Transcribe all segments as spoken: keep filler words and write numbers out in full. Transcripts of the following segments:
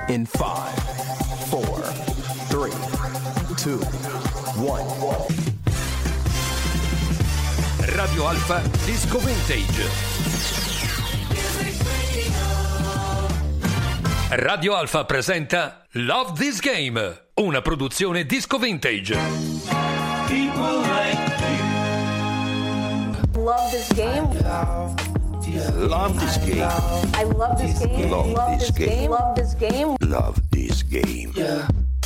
In five, four, three, two, one. Radio Alfa Disco Vintage. Radio Alfa presenta Love This Game, una produzione Disco Vintage. People like you. Love this game. Love this game. I love this game. Love Love this this game. game. Love this game. Love this game. Yeah.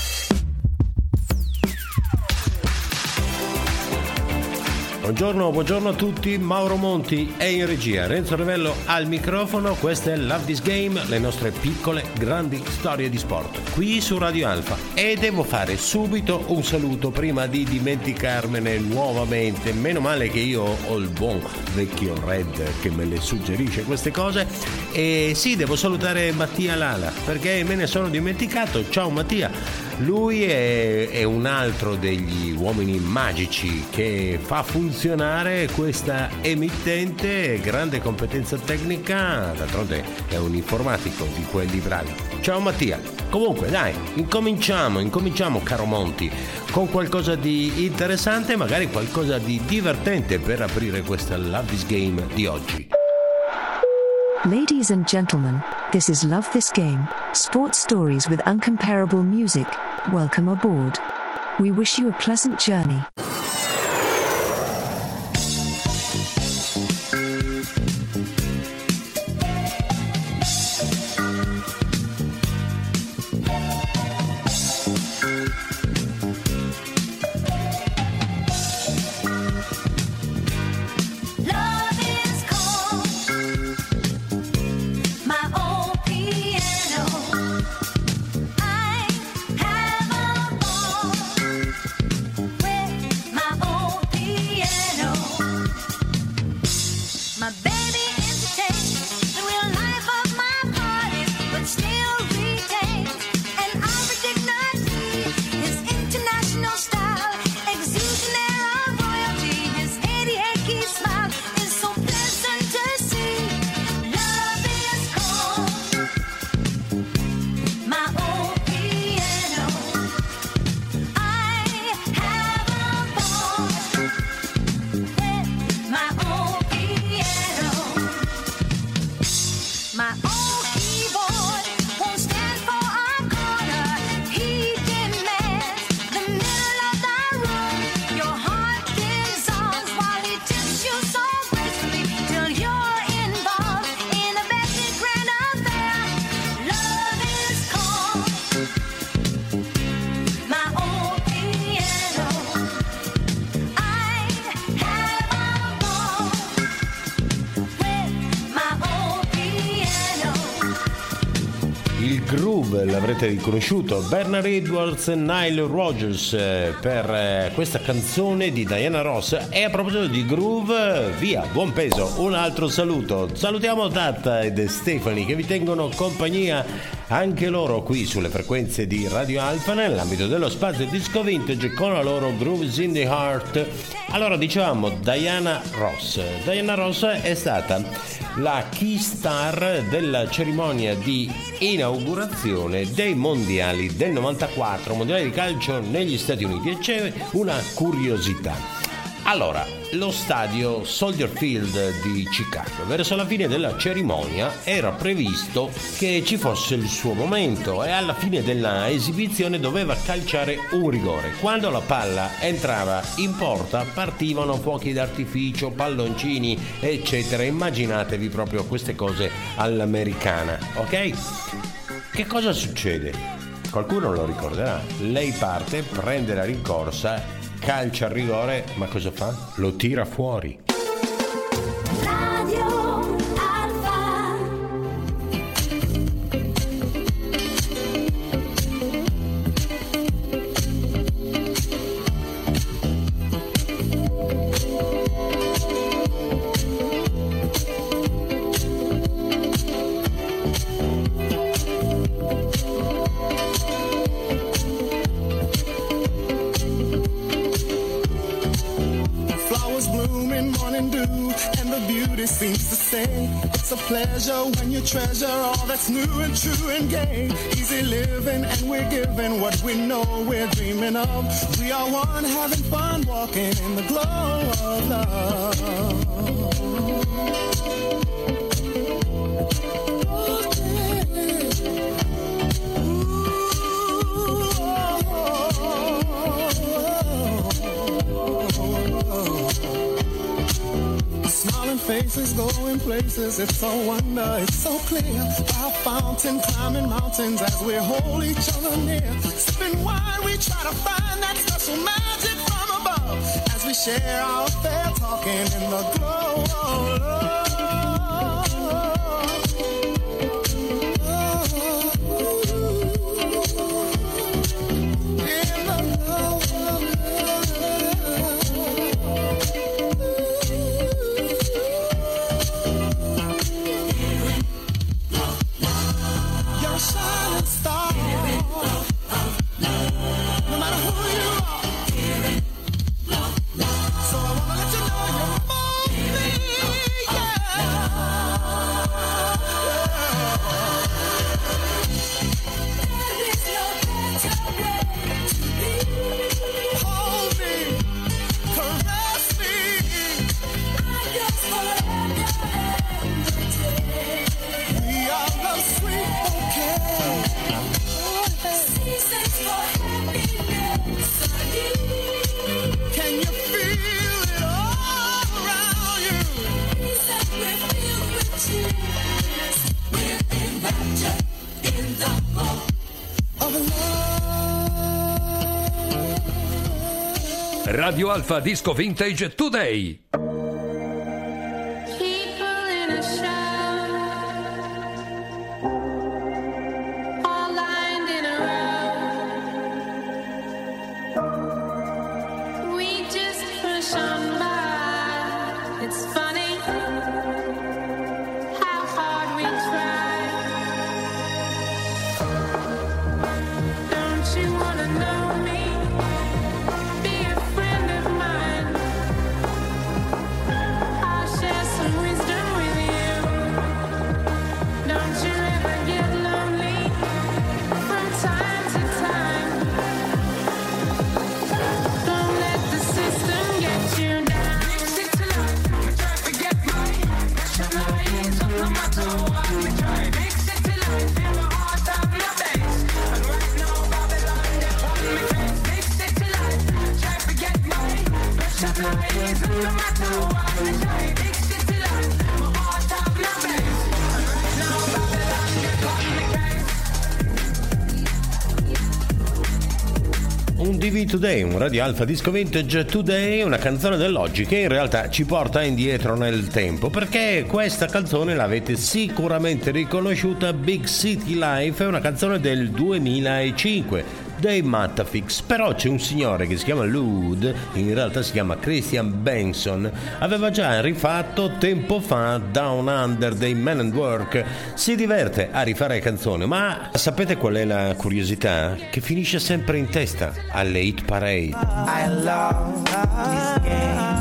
Buongiorno, buongiorno a tutti, Mauro Monti è in regia, Renzo Revello al microfono, questa è Love This Game, le nostre piccole, grandi storie di sport, qui su Radio Alfa. E devo fare subito un saluto prima di dimenticarmene nuovamente, meno male che io ho il buon vecchio Red che me le suggerisce queste cose. E sì, devo salutare Mattia Lala, perché me ne sono dimenticato. Ciao Mattia! Lui è, è un altro degli uomini magici che fa funzionare questa emittente, grande competenza tecnica, d'altronde è un informatico di quelli bravi. Ciao Mattia! Comunque dai, incominciamo, incominciamo caro Monti, con qualcosa di interessante, magari qualcosa di divertente per aprire questa Love This Game di oggi. Ladies and gentlemen, this is Love This Game, sports stories with uncomparable music. Welcome aboard. We wish you a pleasant journey. L'avrete riconosciuto, Bernard Edwards e Nile Rodgers per questa canzone di Diana Ross. E a proposito di groove, via, buon peso, un altro saluto. Salutiamo Tata ed Stefani che vi tengono compagnia anche loro qui sulle frequenze di Radio Alfa nell'ambito dello spazio Disco Vintage con la loro Grooves in the Heart. Allora dicevamo Diana Ross. Diana Ross è stata la key star della cerimonia di inaugurazione dei mondiali del novantaquattro, mondiali di calcio negli Stati Uniti, e c'è una curiosità. Allora, lo stadio Soldier Field di Chicago, verso la fine della cerimonia era previsto che ci fosse il suo momento e alla fine della esibizione doveva calciare un rigore. Quando la palla entrava in porta partivano fuochi d'artificio, palloncini, eccetera. Immaginatevi proprio queste cose all'americana, ok? Che cosa succede? Qualcuno lo ricorderà. Lei parte, prende la rincorsa, calcia al rigore, ma cosa fa? Lo tira fuori. Radio Alfa. Flowers bloom in say it's a pleasure when you treasure all that's new and true and gay. Easy living and we're giving what we know we're dreaming of. We are one having fun walking in the glow of love. Smiling faces going places, it's so wonder, it's so clear. Our fountain climbing mountains as we hold each other near. Sipping wine, we try to find that special magic from above. As we share our affair, talking in the glow of love. Radio Alfa Disco Vintage Today. Un D V Today, un Radio Alfa Disco Vintage Today, una canzone dell'oggi che in realtà ci porta indietro nel tempo, perché questa canzone l'avete sicuramente riconosciuta. Big City Life è una canzone del duemilacinque dei Mattafix, però c'è un signore che si chiama Lude, in realtà si chiama Christian Benson, aveva già rifatto tempo fa Down Under dei Men and Work. Si diverte a rifare canzoni, ma sapete qual è la curiosità? Che finisce sempre in testa alle hit parade. I love this game.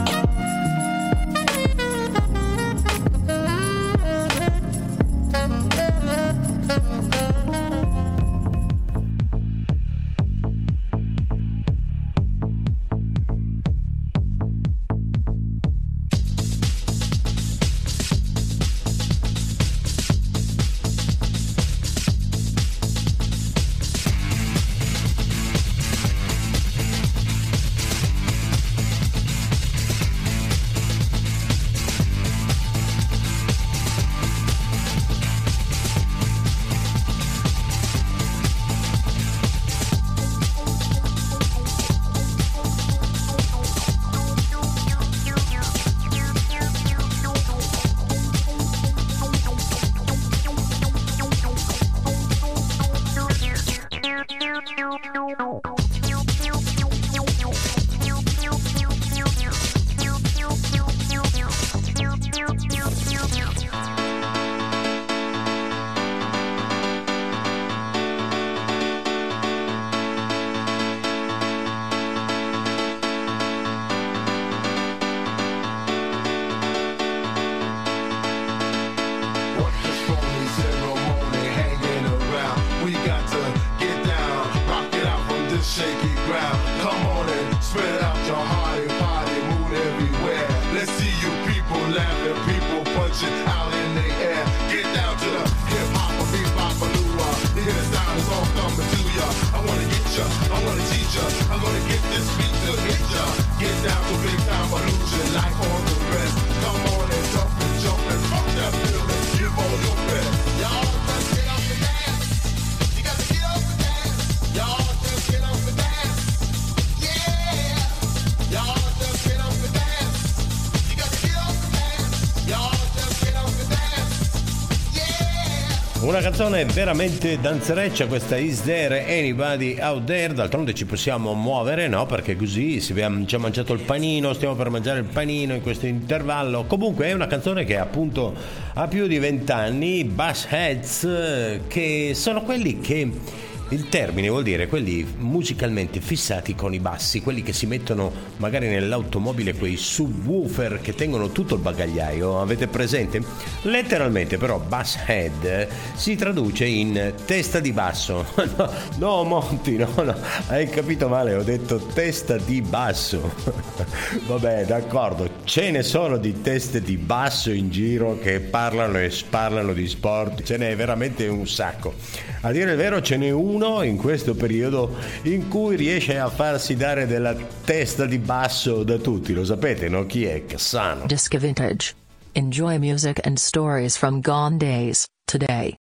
We got to get down, rock it out from this shaky ground. Come on and spread out your heart and party, mood everywhere. Let's see you people laughing, people punching out in the air. Get down to the hip hop, a beat, bop, a lua. You hear the sound, it's all coming to ya. I wanna get ya, I wanna teach ya. I'm gonna get this beat to hit ya. Get down to big time illusion, life on the rest. Come on and jump and jump and fuck that feeling. Give all your best. Y'all just get up and dance. You got to get up and dance. Y'all just get up and dance. Yeah. Y'all just get up and dance. You got to get up and dance. Y'all just get up and dance. Yeah. Una canzone veramente danzereccia, questa Is There Anybody Out There? D'altronde ci possiamo muovere, no? Perché così si abbiamo già mangiato il panino, stiamo per mangiare il panino in questo intervallo. Comunque è una canzone che appunto ha più di vent'anni, Bass Heads, che sono quelli che... Il termine vuol dire quelli musicalmente fissati con i bassi, quelli che si mettono magari nell'automobile, quei subwoofer che tengono tutto il bagagliaio, avete presente? Letteralmente però bass head si traduce in testa di basso. No, no Monti, no, no, hai capito male, ho detto testa di basso. Vabbè, d'accordo, ce ne sono di teste di basso in giro che parlano e sparlano di sport, ce n'è veramente un sacco. A dire il vero ce n'è uno in questo periodo in cui riesce a farsi dare della testa di basso da tutti, lo sapete, no? Chi è? Cassano. Disco Vintage. Enjoy music and stories from gone days, today.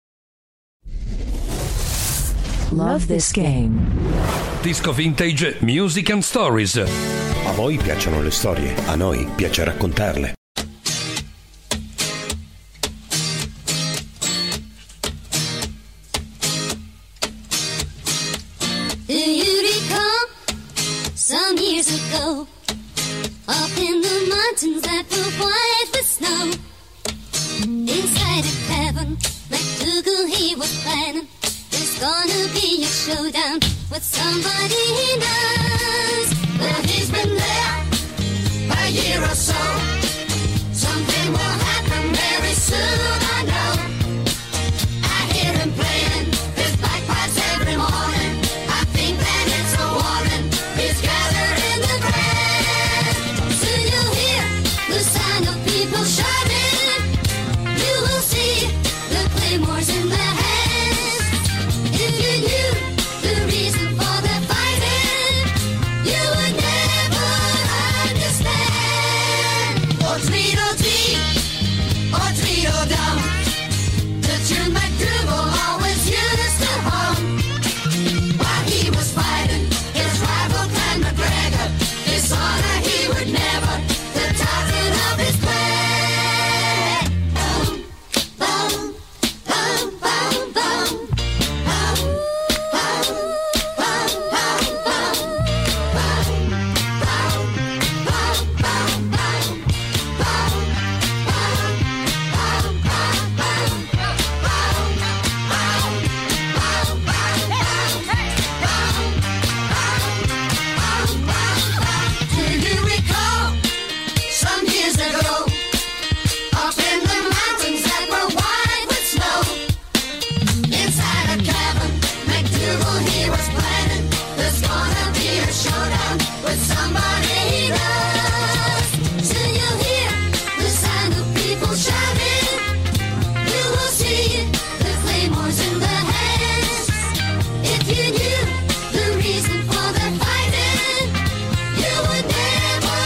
Love this game. Disco Vintage Music and Stories. A voi piacciono le storie, a noi piace raccontarle. Do you recall some years ago, up in the mountains that were white with snow? Inside a cabin, MacDougal he was planning. There's gonna be a showdown with somebody he knows. Well, he's been there a year or so. Something will happen very soon, I know. I hear him playing his bagpipes every morning. I think that it's a warning. He's gathered in the grand. Soon you'll hear the sound of people shouting. You will see the claymores in their hands. If you knew the reason for their fighting, you would never understand. Oh, Tweedledee, oh, Tweedledum, the true MacDougal always used to hum. While he was fighting his rival Clan McGregor, dishonor he would never, the titan of his clan. Boom, boom, boom, boom, boom. Boom, boom, boom, boom, boom. Boom, boom, boom, boom, boom. Boom, boom, boom, boom, boom. Do you recall some years ago, up in the mountains that were white with snow? Inside a cabin, MacDougal he was planning. There's gonna be a showdown with somebody he knows. Soon you'll hear the sound of people shouting. You will see the claymores in their hands. If you knew the reason for their fighting, you would never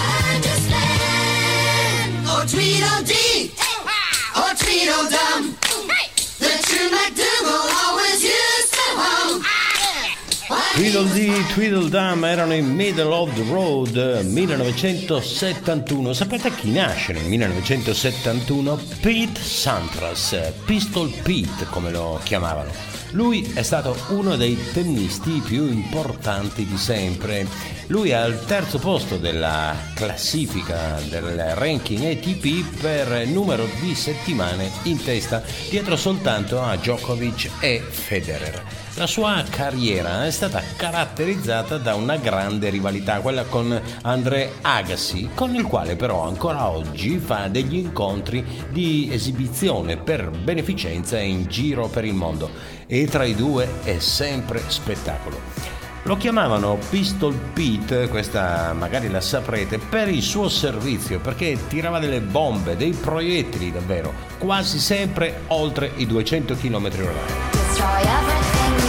understand. Oh, Tweedledee, oh, Tweedledum, the true MacDougal always used to hum. Tweedledee, Tweedledum erano in Middle of the Road, millenovecentosettantuno. Sapete chi nasce nel millenovecentosettantuno? Pete Sampras, Pistol Pete come lo chiamavano. Lui è stato uno dei tennisti più importanti di sempre. Lui è al terzo posto della classifica del ranking A T P per numero di settimane in testa, dietro soltanto a Djokovic e Federer. La sua carriera è stata caratterizzata da una grande rivalità, quella con Andre Agassi, con il quale però ancora oggi fa degli incontri di esibizione per beneficenza in giro per il mondo, e tra i due è sempre spettacolo. Lo chiamavano Pistol Pete, questa magari la saprete, per il suo servizio, perché tirava delle bombe, dei proiettili davvero, quasi sempre oltre i duecento chilometri orari.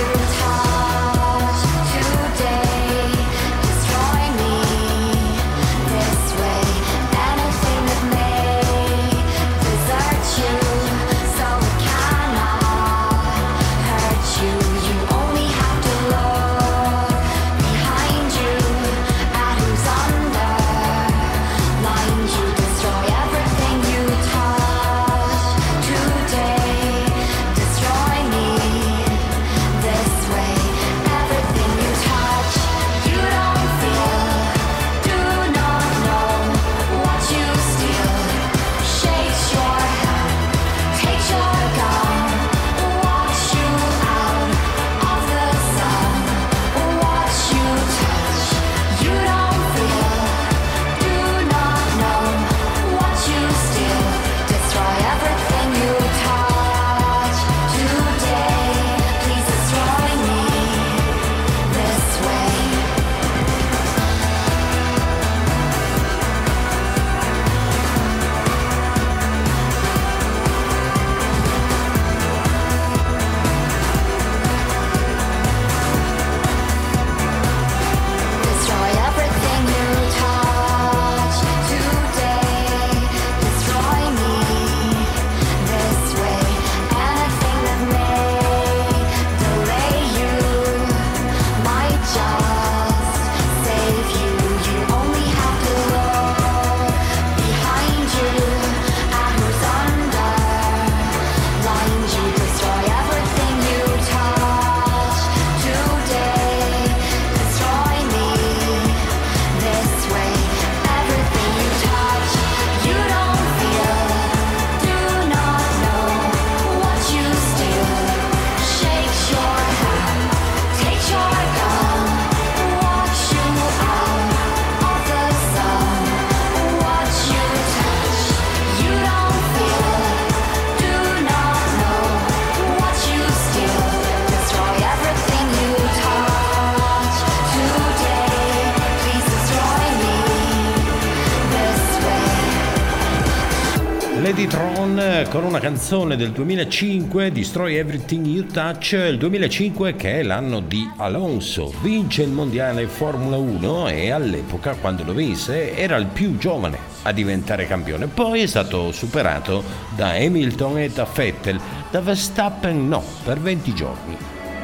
Lady Tron con una canzone del duemilacinque, Destroy Everything You Touch, il duemilacinque che è l'anno di Alonso, vince il mondiale Formula uno e all'epoca quando lo vinse era il più giovane a diventare campione, poi è stato superato da Hamilton e da Vettel, da Verstappen no, per venti giorni.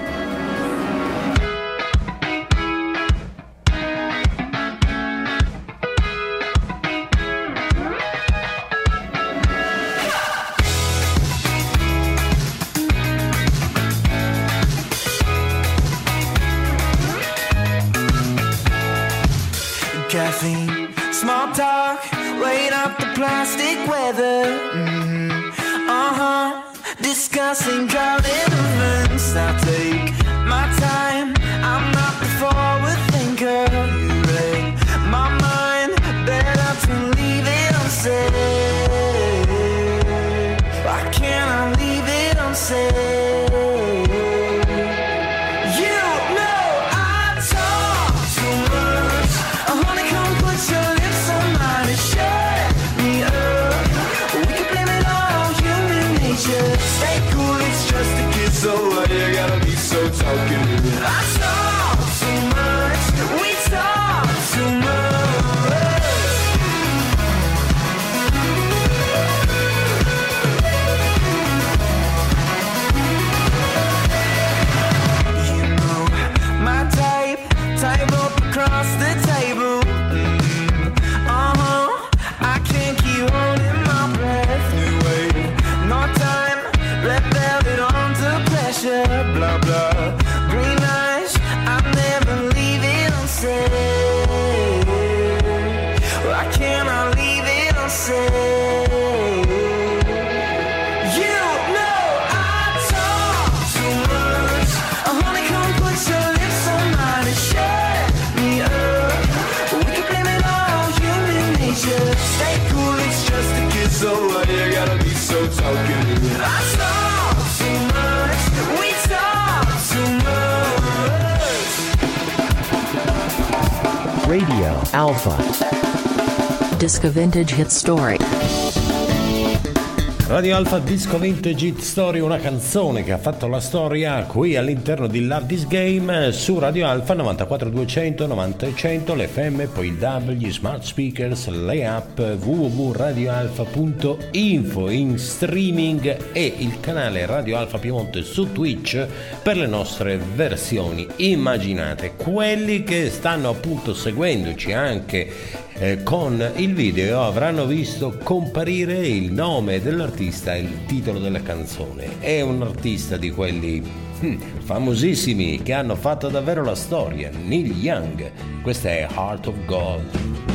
Caffeine, small talk, weighing up the plastic weather. Mm-hmm. Uh-huh, discussing crowded events. I take my time, I'm not the forward thinker. You read my mind, better to leave it unsaid. Why can't I leave it unsaid? So why you gotta be so talkative? I talk too much, we talk too much. You know my type, type up across the table. Mm, uh-huh, I can't keep holding my breath. New way, no time, red velvet on blah blah, green eyes, I never leave it unsaid. Why can't I leave it unsaid? You know I talk too much. Honey, come put your lips on mine. Radio Alpha. Disco Vintage Hit Story. Radio Alpha Disco Vintage Hit Story, una canzone che ha fatto la storia qui all'interno di Love This Game su Radio Alpha novantaquattro duecento, novanta e cento, l'F M, poi il W, gli smart speakers, le app, w w w punto radio alfa punto info in streaming e il canale Radio Alpha Piemonte su Twitch per le nostre versioni. Immaginate, quelli che stanno appunto seguendoci anche Eh, con il video avranno visto comparire il nome dell'artista e il titolo della canzone. È un artista di quelli hmm, famosissimi che hanno fatto davvero la storia, Neil Young. Questa è Heart of Gold.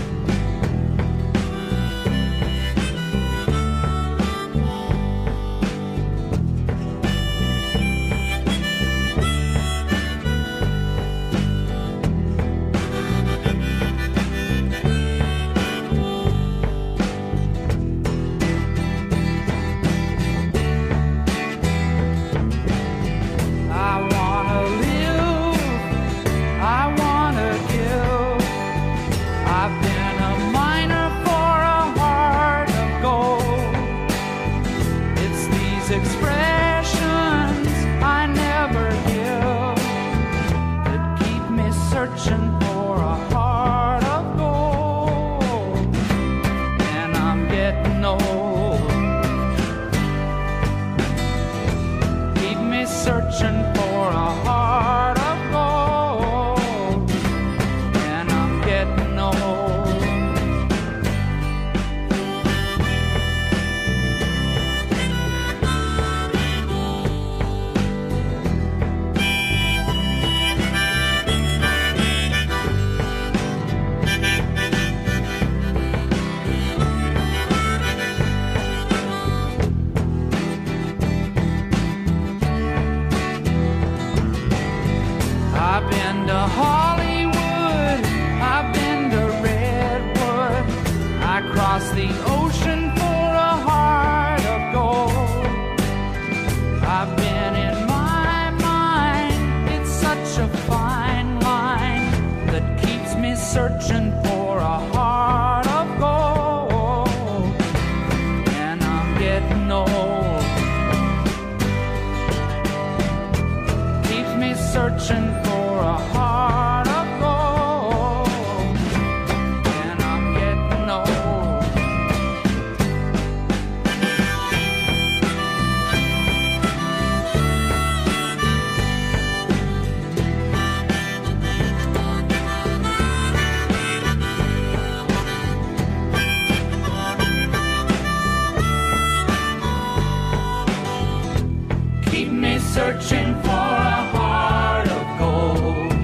Searching for a heart of gold.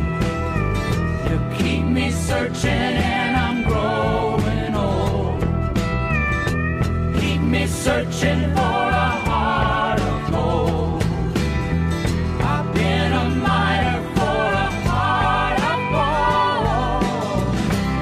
You keep me searching and I'm growing old. Keep me searching for a heart of gold. I've been a miner for a heart of gold.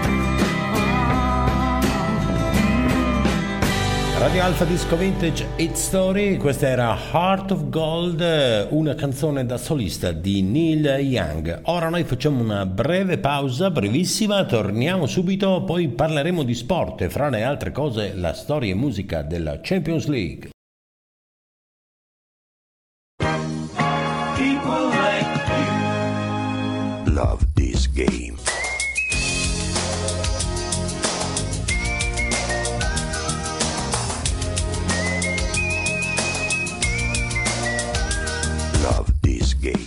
Radio Alpha Disco Vintage Hit Story, questa era Heart of Gold, una canzone da solista di Neil Young. Ora noi facciamo una breve pausa, brevissima, torniamo subito, poi parleremo di sport e fra le altre cose la storia e musica della Champions League. People like you Love This Game. Love This Game.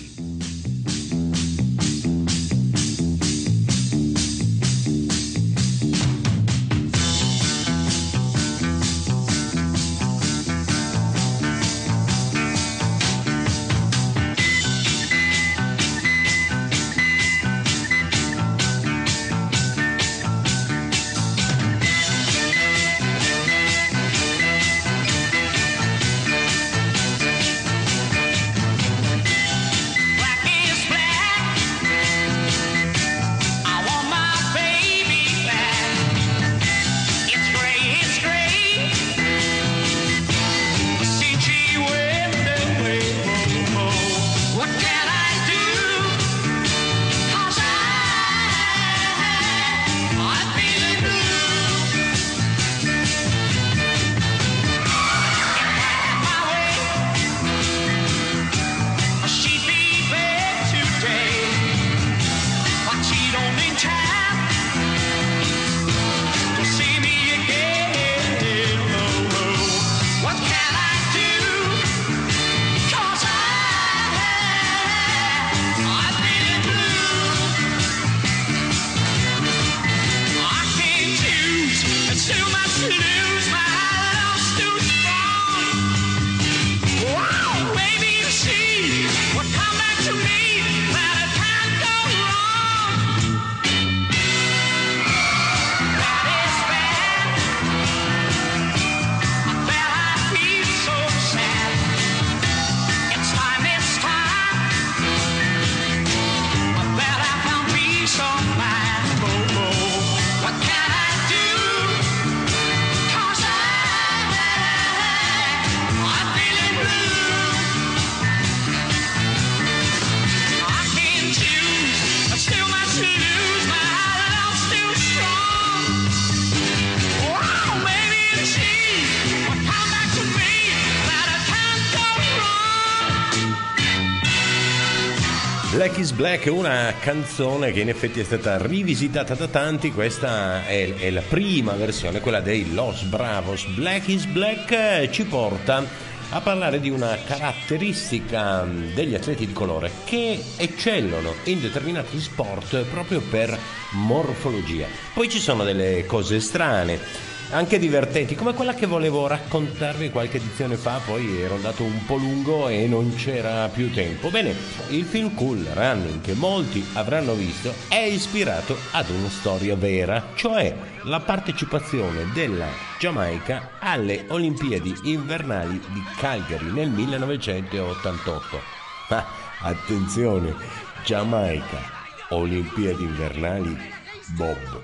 Black is Black è una canzone che in effetti è stata rivisitata da tanti. Questa è, è la prima versione, quella dei Los Bravos. Black is Black ci porta a parlare di una caratteristica degli atleti di colore che eccellono in determinati sport proprio per morfologia. Poi ci sono delle cose strane, anche divertenti, come quella che volevo raccontarvi qualche edizione fa, poi ero andato un po' lungo e non c'era più tempo. Bene, il film Cool Running, che molti avranno visto, è ispirato ad una storia vera, cioè la partecipazione della Giamaica alle Olimpiadi invernali di Calgary nel millenovecentottantotto. Ma attenzione, Giamaica, Olimpiadi invernali, Bob.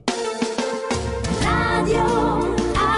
Radio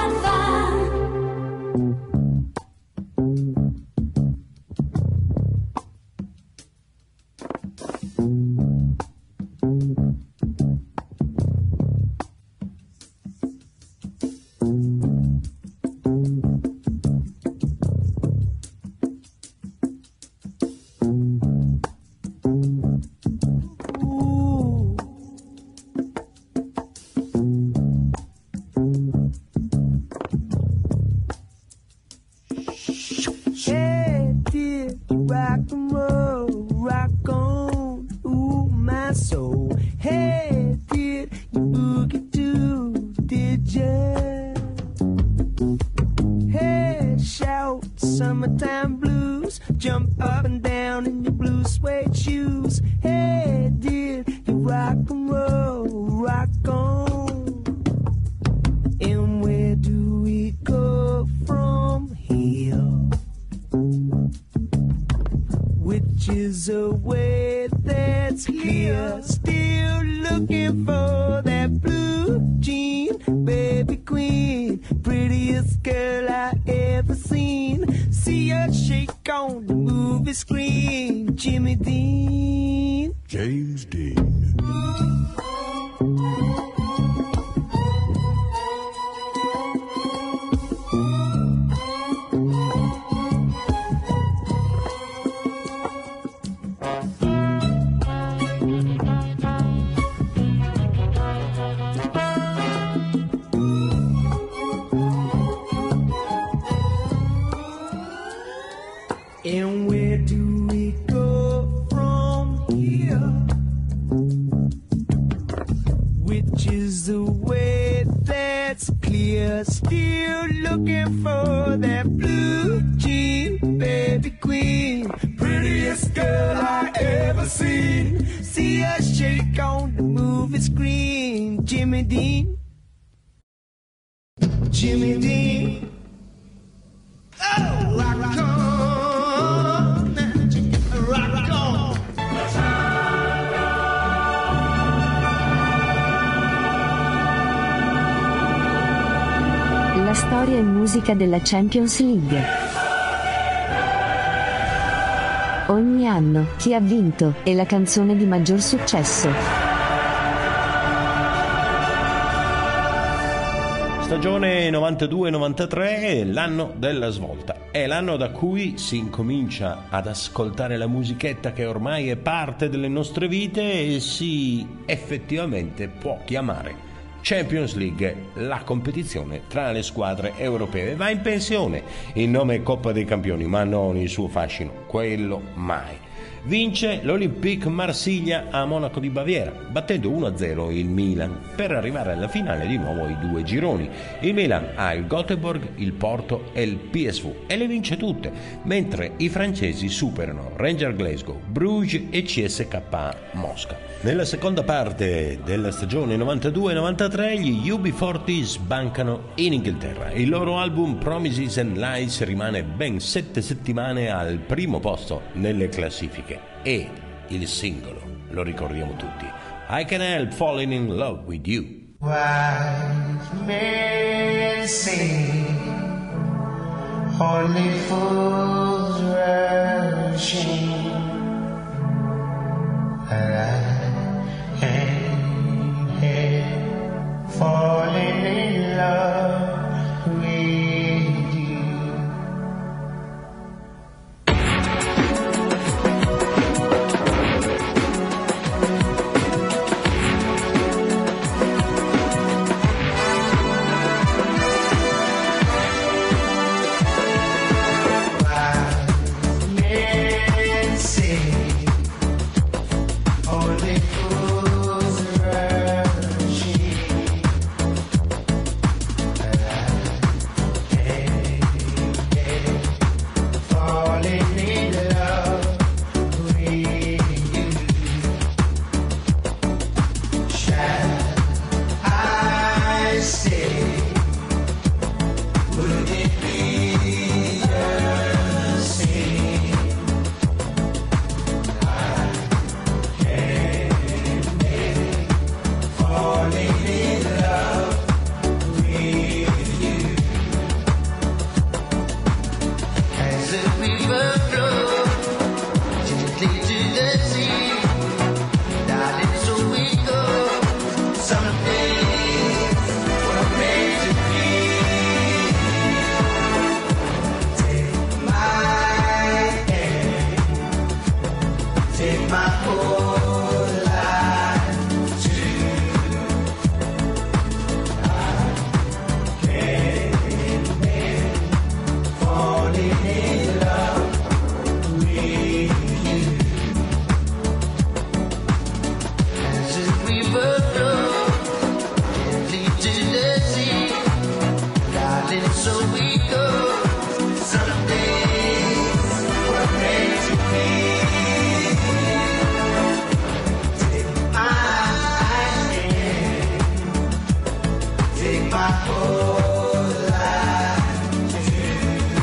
della Champions League. Ogni anno chi ha vinto è la canzone di maggior successo. Stagione novantadue novantatré è l'anno della svolta, è l'anno da cui si incomincia ad ascoltare la musichetta che ormai è parte delle nostre vite e si effettivamente può chiamare Champions League, la competizione tra le squadre europee. Va in pensione il nome Coppa dei Campioni, ma non il suo fascino, quello mai. Vince l'Olympique Marsiglia a Monaco di Baviera, battendo uno a zero il Milan, per arrivare alla finale di nuovo ai due gironi. Il Milan ha il Göteborg, il Porto e il P S V e le vince tutte, mentre i francesi superano Rangers Glasgow, Bruges e C S K A Mosca. Nella seconda parte della stagione novantadue novantatré gli U B quaranta sbancano in Inghilterra. Il loro album Promises and Lies rimane ben sette settimane al primo posto nelle classifiche e il singolo, lo ricordiamo tutti, I Can't Help Falling in Love with You. Wise men say only fools rushing, and I can't help falling in love with you. take my whole life too. I can't imagine falling in love with you. As if we both know it leads to the sea, darling, so we go. Someday we're meant to be. Take my hand, take my whole life too.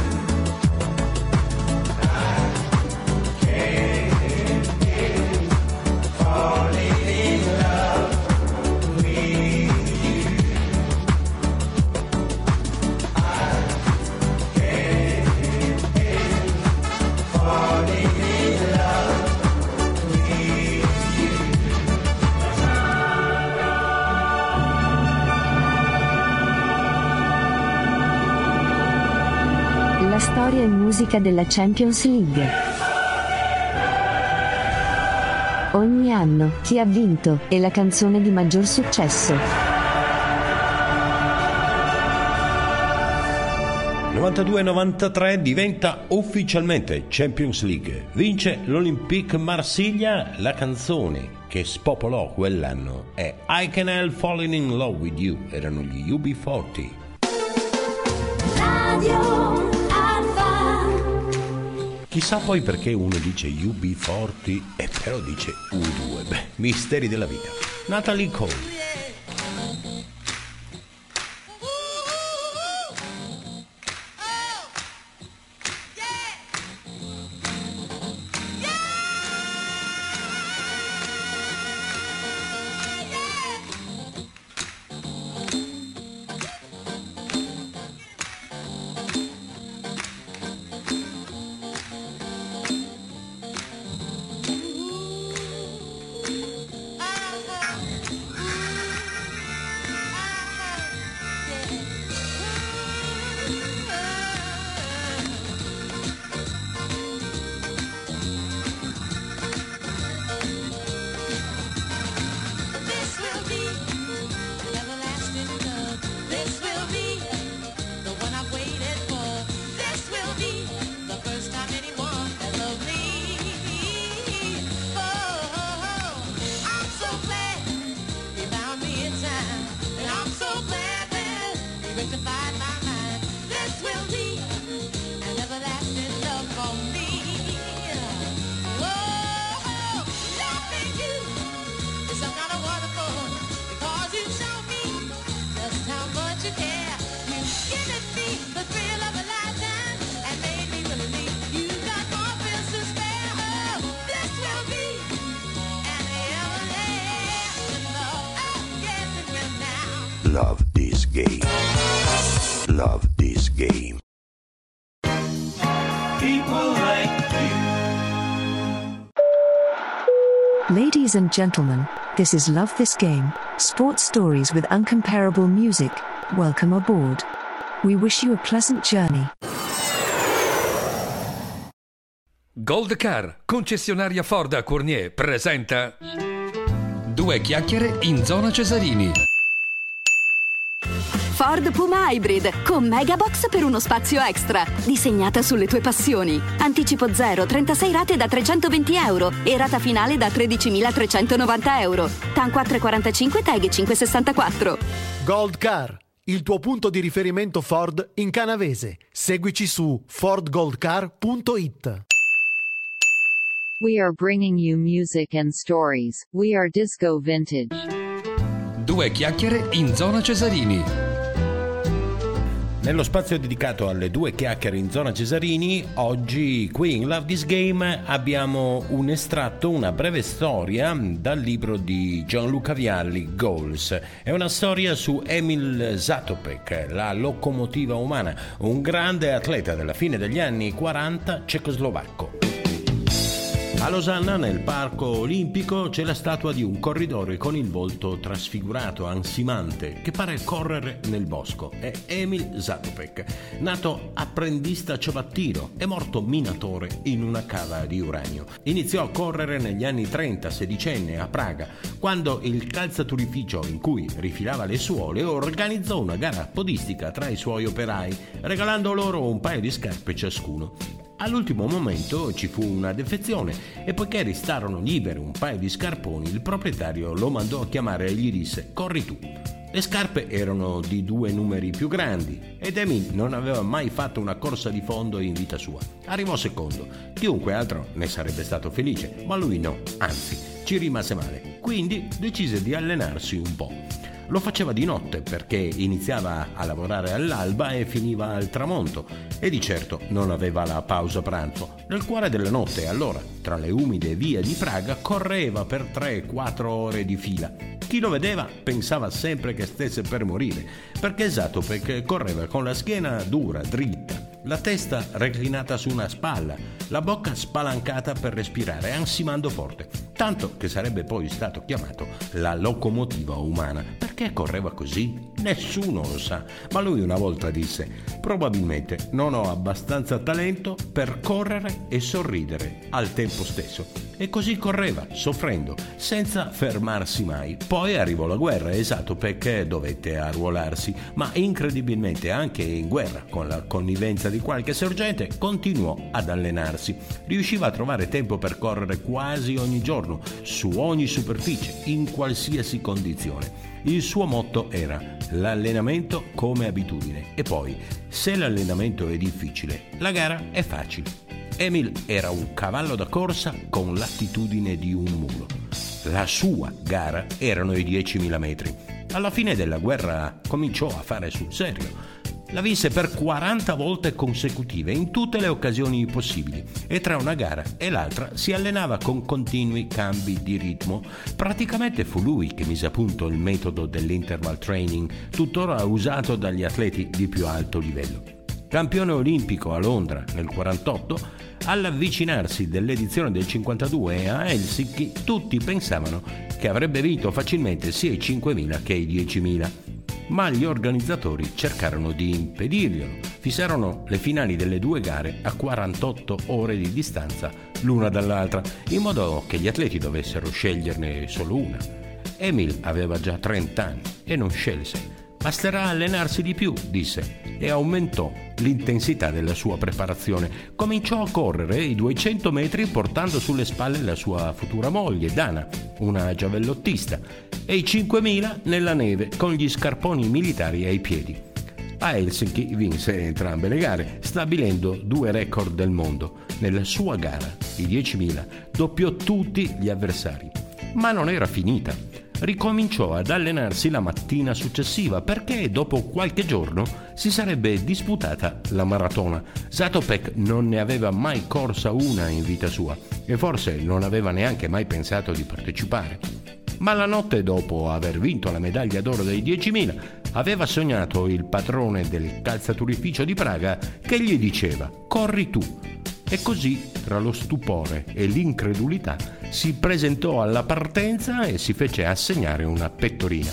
I can't get falling in love with you. I can't get falling in love with you. La storia e musica della Champions League. Ogni anno, chi ha vinto, e la canzone di maggior successo. novantadue novantatré diventa ufficialmente Champions League. Vince l'Olympique Marsiglia. La canzone che spopolò quell'anno è I Can Help Falling in Love with You. Erano gli U B quaranta. Radio Alfa. Chissà poi perché uno dice U B quaranta e però dice U due. Beh, misteri della vita. Natalie Cole. Love this game. Love this game. People like Ladies and gentlemen, this is Love This Game, sports stories with uncomparable music. Welcome aboard. We wish you a pleasant journey. Gold Car, concessionaria Ford a Cournier, presenta Due chiacchiere in zona Cesarini. Ford Puma Hybrid con Megabox per uno spazio extra, disegnata sulle tue passioni. Anticipo zero, trentasei rate da trecentoventi euro e rata finale da tredicimilatrecentonovanta euro. T A N quattro virgola quarantacinque, T A G cinque virgola sessantaquattro. Gold Car, il tuo punto di riferimento Ford in Canavese. Seguici su ford gold car punto it. We are bringing you music and stories. We are Disco Vintage. Due chiacchiere in zona Cesarini. Nello spazio dedicato alle due chiacchiere in zona Cesarini, oggi qui in Love This Game abbiamo un estratto, una breve storia dal libro di Gianluca Vialli, Goals. È una storia su Emil Zatopek, la locomotiva umana, un grande atleta della fine degli anni quaranta cecoslovacco. A Losanna, nel parco olimpico, c'è la statua di un corridore con il volto trasfigurato, ansimante, che pare correre nel bosco. È Emil Zatopek, nato apprendista ciabattino e morto minatore in una cava di uranio. Iniziò a correre negli anni trenta, sedicenne, a Praga, quando il calzaturificio in cui rifilava le suole organizzò una gara podistica tra i suoi operai, regalando loro un paio di scarpe ciascuno. All'ultimo momento ci fu una defezione e poiché restarono liberi un paio di scarponi, il proprietario lo mandò a chiamare e gli disse: corri tu. Le scarpe erano di due numeri più grandi ed Emil non aveva mai fatto una corsa di fondo in vita sua. Arrivò secondo. Chiunque altro ne sarebbe stato felice, ma lui no, anzi, ci rimase male. Quindi decise di allenarsi un po'. Lo faceva di notte perché iniziava a lavorare all'alba e finiva al tramonto e di certo non aveva la pausa pranzo. Nel cuore della notte, allora, tra le umide vie di Praga, correva per tre quattro ore di fila. Chi lo vedeva pensava sempre che stesse per morire, perché Zatopek correva con la schiena dura, dritta, la testa reclinata su una spalla, la bocca spalancata per respirare, ansimando forte, tanto che sarebbe poi stato chiamato la locomotiva umana. Perché correva così? Nessuno lo sa, ma lui una volta disse: probabilmente non ho abbastanza talento per correre e sorridere al tempo stesso. E così correva, soffrendo, senza fermarsi mai. Poi arrivò la guerra e Zatopek dovette arruolarsi, ma incredibilmente anche in guerra, con la connivenza di qualche sorgente, continuò ad allenarsi. Riusciva a trovare tempo per correre quasi ogni giorno, su ogni superficie, in qualsiasi condizione. Il suo motto era: l'allenamento come abitudine. E poi, se l'allenamento è difficile, la gara è facile. Emil era un cavallo da corsa con l'attitudine di un mulo. La sua gara erano i diecimila metri. Alla fine della guerra cominciò a fare sul serio. La vinse per quaranta volte consecutive in tutte le occasioni possibili e tra una gara e l'altra si allenava con continui cambi di ritmo. Praticamente fu lui che mise a punto il metodo dell'interval training, tuttora usato dagli atleti di più alto livello. Campione olimpico a Londra nel quarantotto, all'avvicinarsi dell'edizione del cinquantadue a Helsinki tutti pensavano che avrebbe vinto facilmente sia i cinquemila che i diecimila. Ma gli organizzatori cercarono di impedirglielo. Fissarono le finali delle due gare a quarantotto ore di distanza l'una dall'altra, in modo che gli atleti dovessero sceglierne solo una. Emil aveva già trenta anni e non scelse. Basterà allenarsi di più, disse, e aumentò l'intensità della sua preparazione. Cominciò a correre i duecento metri portando sulle spalle la sua futura moglie, Dana, una giavellottista, e i cinquemila nella neve con gli scarponi militari ai piedi. A Helsinki vinse entrambe le gare, stabilendo due record del mondo. Nella sua gara, i diecimila, doppiò tutti gli avversari. Ma non era finita. Ricominciò ad allenarsi la mattina successiva perché dopo qualche giorno si sarebbe disputata la maratona. Zatopek non ne aveva mai corsa una in vita sua e forse non aveva neanche mai pensato di partecipare. Ma la notte dopo aver vinto la medaglia d'oro dei diecimila aveva sognato il padrone del calzaturificio di Praga che gli diceva: corri tu. E così, tra lo stupore e l'incredulità, si presentò alla partenza e si fece assegnare una pettorina.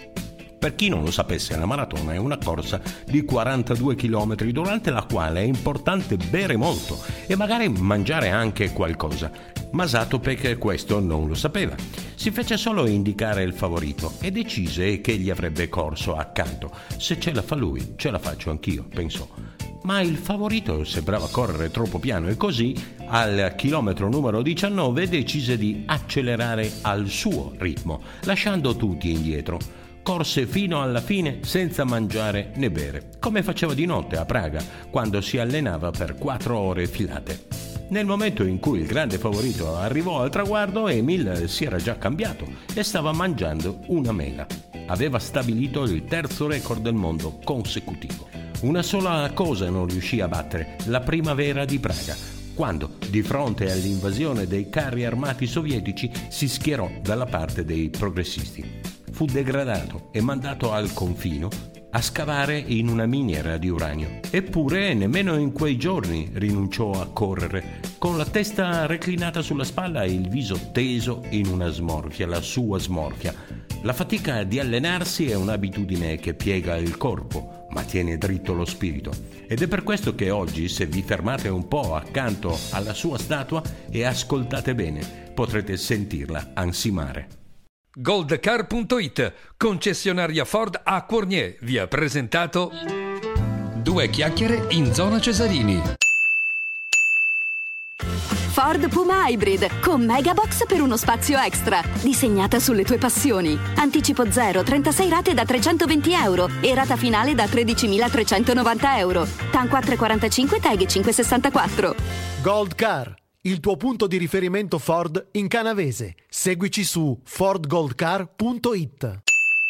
Per chi non lo sapesse, la maratona è una corsa di quarantadue chilometri durante la quale è importante bere molto e magari mangiare anche qualcosa. Ma Zatopek questo non lo sapeva. Si fece solo indicare il favorito e decise che gli avrebbe corso accanto. Se ce la fa lui, ce la faccio anch'io, pensò. Ma il favorito sembrava correre troppo piano e così, al chilometro numero diciannove, decise di accelerare al suo ritmo, lasciando tutti indietro. Corse fino alla fine senza mangiare né bere, come faceva di notte a Praga, quando si allenava per quattro ore filate. Nel momento in cui il grande favorito arrivò al traguardo, Emil si era già cambiato e stava mangiando una mela. Aveva stabilito il terzo record del mondo consecutivo. Una sola cosa non riuscì a battere: la primavera di Praga, quando, di fronte all'invasione dei carri armati sovietici, si schierò dalla parte dei progressisti. Fu degradato e mandato al confino a scavare in una miniera di uranio. Eppure nemmeno in quei giorni rinunciò a correre, con la testa reclinata sulla spalla e il viso teso in una smorfia, la sua smorfia. La fatica di allenarsi è un'abitudine che piega il corpo, ma tiene dritto lo spirito. Ed è per questo che oggi, se vi fermate un po' accanto alla sua statua e ascoltate bene, potrete sentirla ansimare. Goldcar punto it, concessionaria Ford a Cournier, vi ha presentato Due chiacchiere in zona Cesarini. Ford Puma Hybrid con Megabox per uno spazio extra. Disegnata sulle tue passioni. Anticipo zero, trentasei rate da trecentoventi euro e rata finale da tredicimilatrecentonovanta euro. T A N quattro virgola quarantacinque, T E G cinque virgola sessantaquattro. Gold Car, il tuo punto di riferimento Ford in Canavese. Seguici su ford gold car punto it.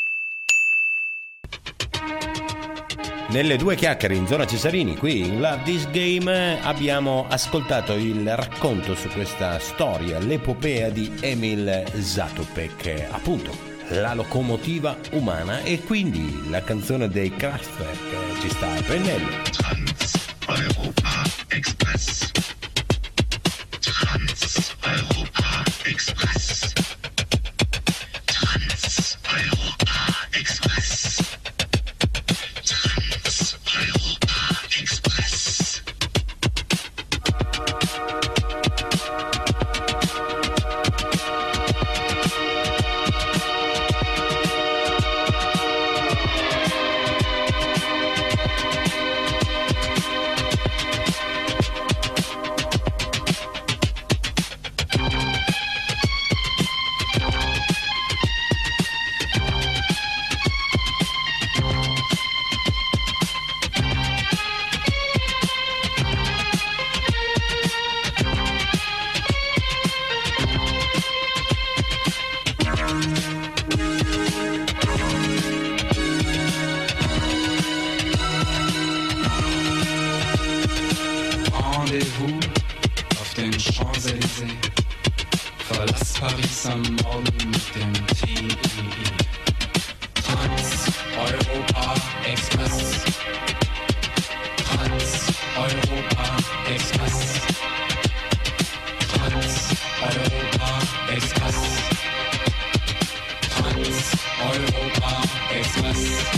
Nelle due chiacchiere in zona Cesarini, qui in Love This Game, abbiamo ascoltato il racconto su questa storia, l'epopea di Emil Zatopek, appunto la locomotiva umana, e quindi la canzone dei Kraftwerk ci sta a pennello. Trans Europa Express. Trans Europa Express. Trans Europa Express. Trans Europa Express. Rendezvous auf den Champs-Élysées. Verlass Paris am Morgen mit dem T E E. Trans Europa Express. Trans Europa Express. Trans Europa Express. Trans Europa Express.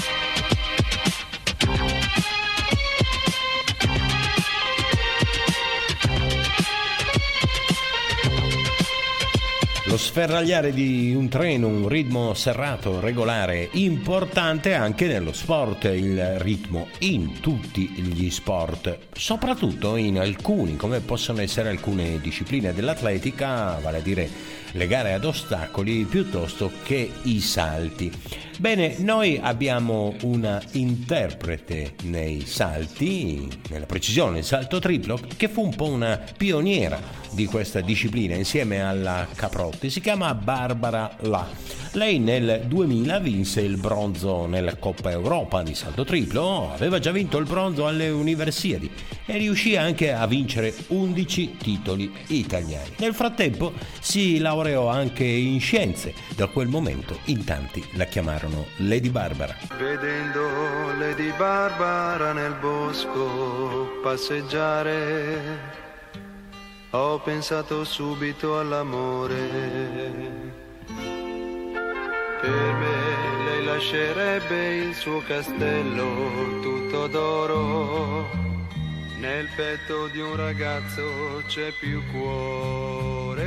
Lo sferragliare di un treno, un ritmo serrato, regolare, importante anche nello sport, il ritmo in tutti gli sport, soprattutto in alcuni, come possono essere alcune discipline dell'atletica, vale a dire le gare ad ostacoli piuttosto che i salti. Bene, noi abbiamo una interprete nei salti, nella precisione, il salto triplo, che fu un po' una pioniera di questa disciplina insieme alla Caprotti. Si chiama Barbara La. Lei nel duemila vinse il bronzo nella Coppa Europa di salto triplo, aveva già vinto il bronzo alle Universiadi e riuscì anche a vincere undici titoli italiani. Nel frattempo si laureò anche in scienze, da quel momento in tanti la chiamarono Lady Barbara. Vedendo Lady Barbara nel bosco passeggiare, ho pensato subito all'amore. Per me lei lascerebbe il suo castello tutto d'oro. Nel petto di un ragazzo c'è più cuore.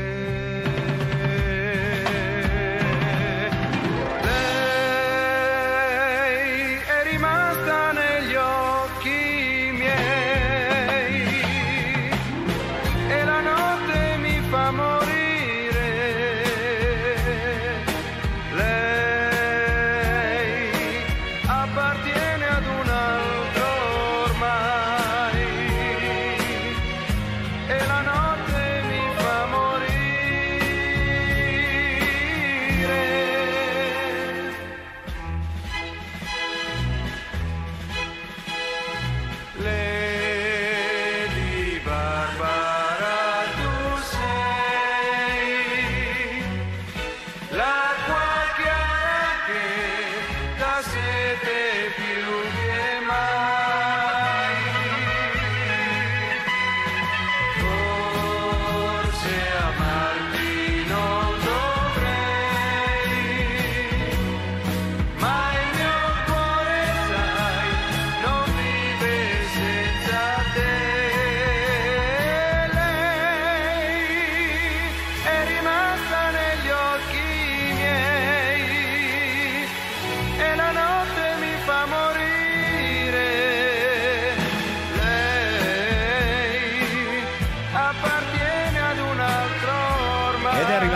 Lei è rimasta negli occhi miei e la notte mi fa morire. Amore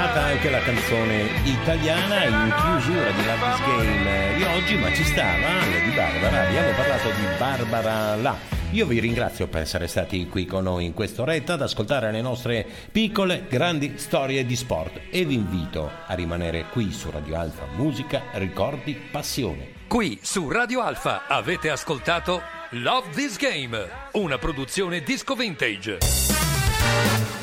arrivata anche la canzone italiana in chiusura di Love This Game di oggi, ma ci stava Lady Barbara. Abbiamo parlato di Barbara La. Io vi ringrazio per essere stati qui con noi in quest'oretta ad ascoltare le nostre piccole grandi storie di sport e vi invito a rimanere qui su Radio Alfa. Musica, ricordi, passione. Qui su Radio Alfa avete ascoltato Love This Game, una produzione Disco Vintage.